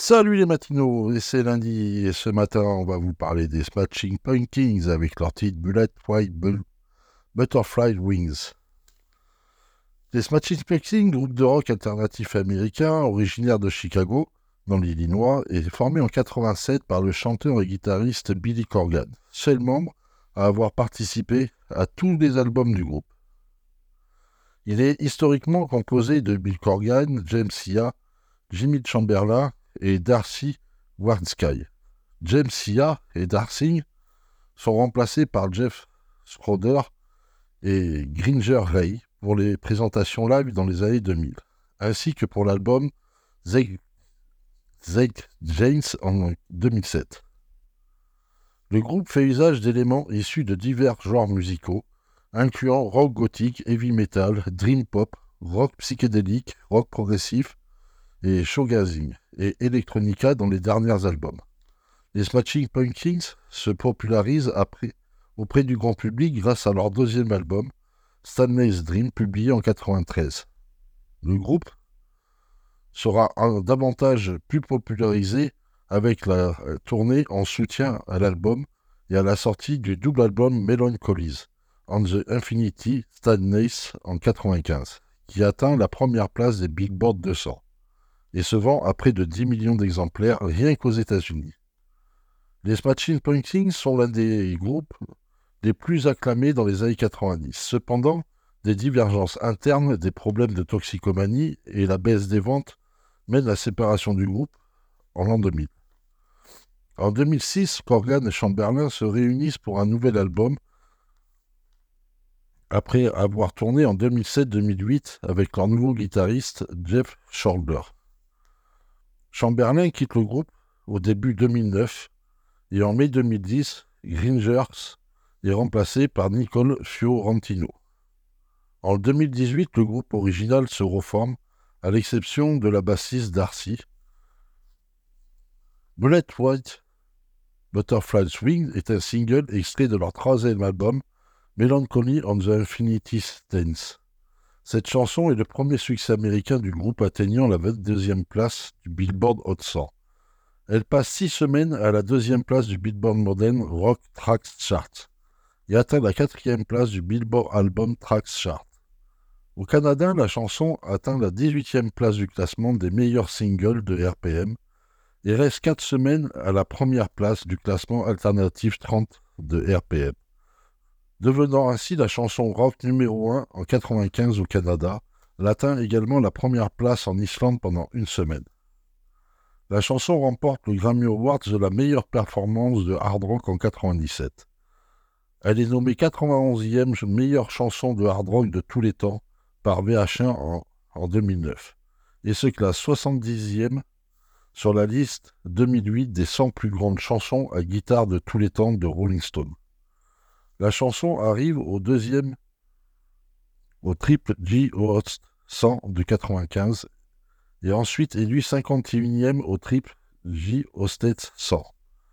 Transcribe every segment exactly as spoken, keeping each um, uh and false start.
Salut les matinos, et c'est lundi, et ce matin on va vous parler des Smashing Pumpkins avec leur titre Bullet White Bu- Butterfly Wings. Les Smashing Pumpkins, groupe de rock alternatif américain originaire de Chicago, dans l'Illinois, est formé en quatre-vingt-sept par le chanteur et guitariste Billy Corgan, seul membre à avoir participé à tous les albums du groupe. Il est historiquement composé de Bill Corgan, James Sia, Jimmy Chamberlain et Darcy Wardsky. James Sia et Darcy sont remplacés par Jeff Schroeder et Ginger Ray pour les présentations live dans les années deux mille, ainsi que pour l'album Zeg James en deux mille sept. Le groupe fait usage d'éléments issus de divers genres musicaux, incluant rock gothique, heavy metal, dream pop, rock psychédélique, rock progressif et shoegazing et electronica dans les derniers albums. Les Smashing Pumpkins se popularisent après, auprès du grand public grâce à leur deuxième album, Stanley's Dream, publié en quatre-vingt-treize. Le groupe sera un, davantage plus popularisé avec la euh, tournée en soutien à l'album et à la sortie du double album Melancholies on the Infinity Stanley's en quatre-vingt-quinze, qui atteint la première place des Billboard deux cents et se vend à près de dix millions d'exemplaires rien qu'aux États-Unis. Les Smashing Pumpkins sont l'un des groupes les plus acclamés dans les années quatre-vingt-dix. Cependant, des divergences internes, des problèmes de toxicomanie et la baisse des ventes mènent à la séparation du groupe en l'an deux mille. En deux mille six, Corgan et Chamberlain se réunissent pour un nouvel album après avoir tourné en deux mille sept deux mille huit avec leur nouveau guitariste Jeff Schroeder. Chamberlain quitte le groupe au début deux mille neuf et en mai deux mille dix, Gringers est remplacé par Nicole Fiorentino. En deux mille dix-huit, le groupe original se reforme, à l'exception de la bassiste Darcy. Bullet White Butterfly Wings est un single extrait de leur troisième album, Melancholy on the Infinity Dance. Cette chanson est le premier succès américain du groupe atteignant la vingt-deuxième place du Billboard Hot cent. Elle passe six semaines à la deuxième place du Billboard Modern Rock Tracks Chart et atteint la quatrième place du Billboard Album Tracks Chart. Au Canada, la chanson atteint la dix-huitième place du classement des meilleurs singles de R P M et reste quatre semaines à la première place du classement alternatif trente de R P M, devenant ainsi la chanson rock numéro un en quatre-vingt-quinze au Canada. Elle atteint également la première place en Islande pendant une semaine. La chanson remporte le Grammy Awards de la meilleure performance de hard rock en quatre-vingt-dix-sept. Elle est nommée quatre-vingt-onzième meilleure chanson de hard rock de tous les temps par V H un en, en deux mille neuf et se classe soixante-dixième sur la liste deux mille huit des cent plus grandes chansons à guitare de tous les temps de Rolling Stone. La chanson arrive au deuxième au Triple G Hot cent de quatre-vingt-quinze et ensuite élu cinquante et unième au Triple G Hosted cent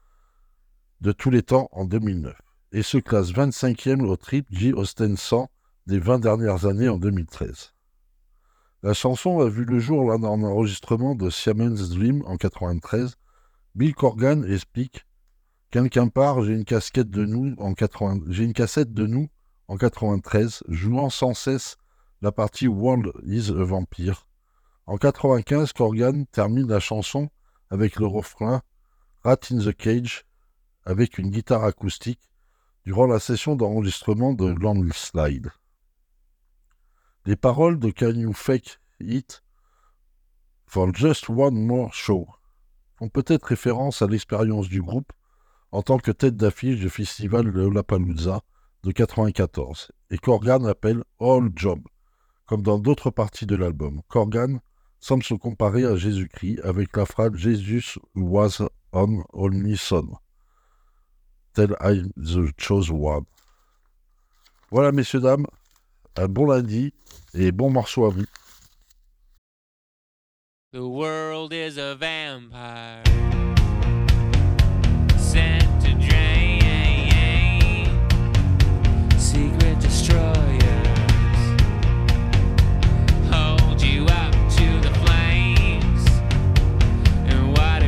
de tous les temps en deux mille neuf et se classe vingt-cinquième au Triple G Hosted cent des vingt dernières années en deux mille treize. La chanson a vu le jour lors d'un enregistrement de Siamese Dream en quatre-vingt-treize. Bill Corgan explique « Quelqu'un part, j'ai une casquette de nous en quatre-vingts... j'ai une cassette de nous en quatre-vingt-treize, jouant sans cesse la partie World is a Vampire. En quatre-vingt-quinze, Corgan termine la chanson avec le refrain Rat in the Cage avec une guitare acoustique durant la session d'enregistrement de Landslide. Les paroles de Can You Fake It for Just One More Show font peut-être référence à l'expérience du groupe en tant que tête d'affiche du festival de Lollapalooza de quatre-vingt-quatorze, et Corgan appelle All Job, comme dans d'autres parties de l'album. Corgan semble se comparer à Jésus-Christ avec la phrase « Jesus was on only son, tel I the chose one ». Voilà, messieurs, dames, un bon lundi et bon morceau à vous. The world is a vampire sent to drain secret destroyers, hold you up to the flames, and what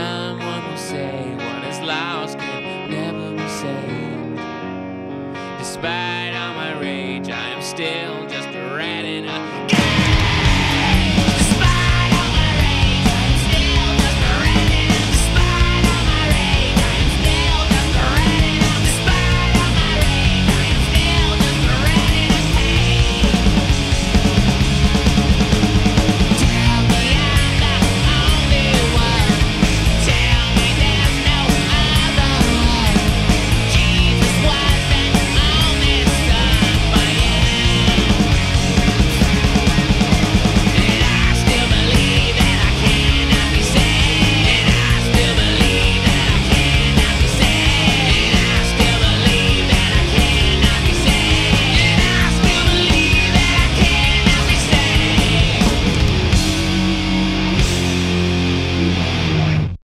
Someone will say what is lost can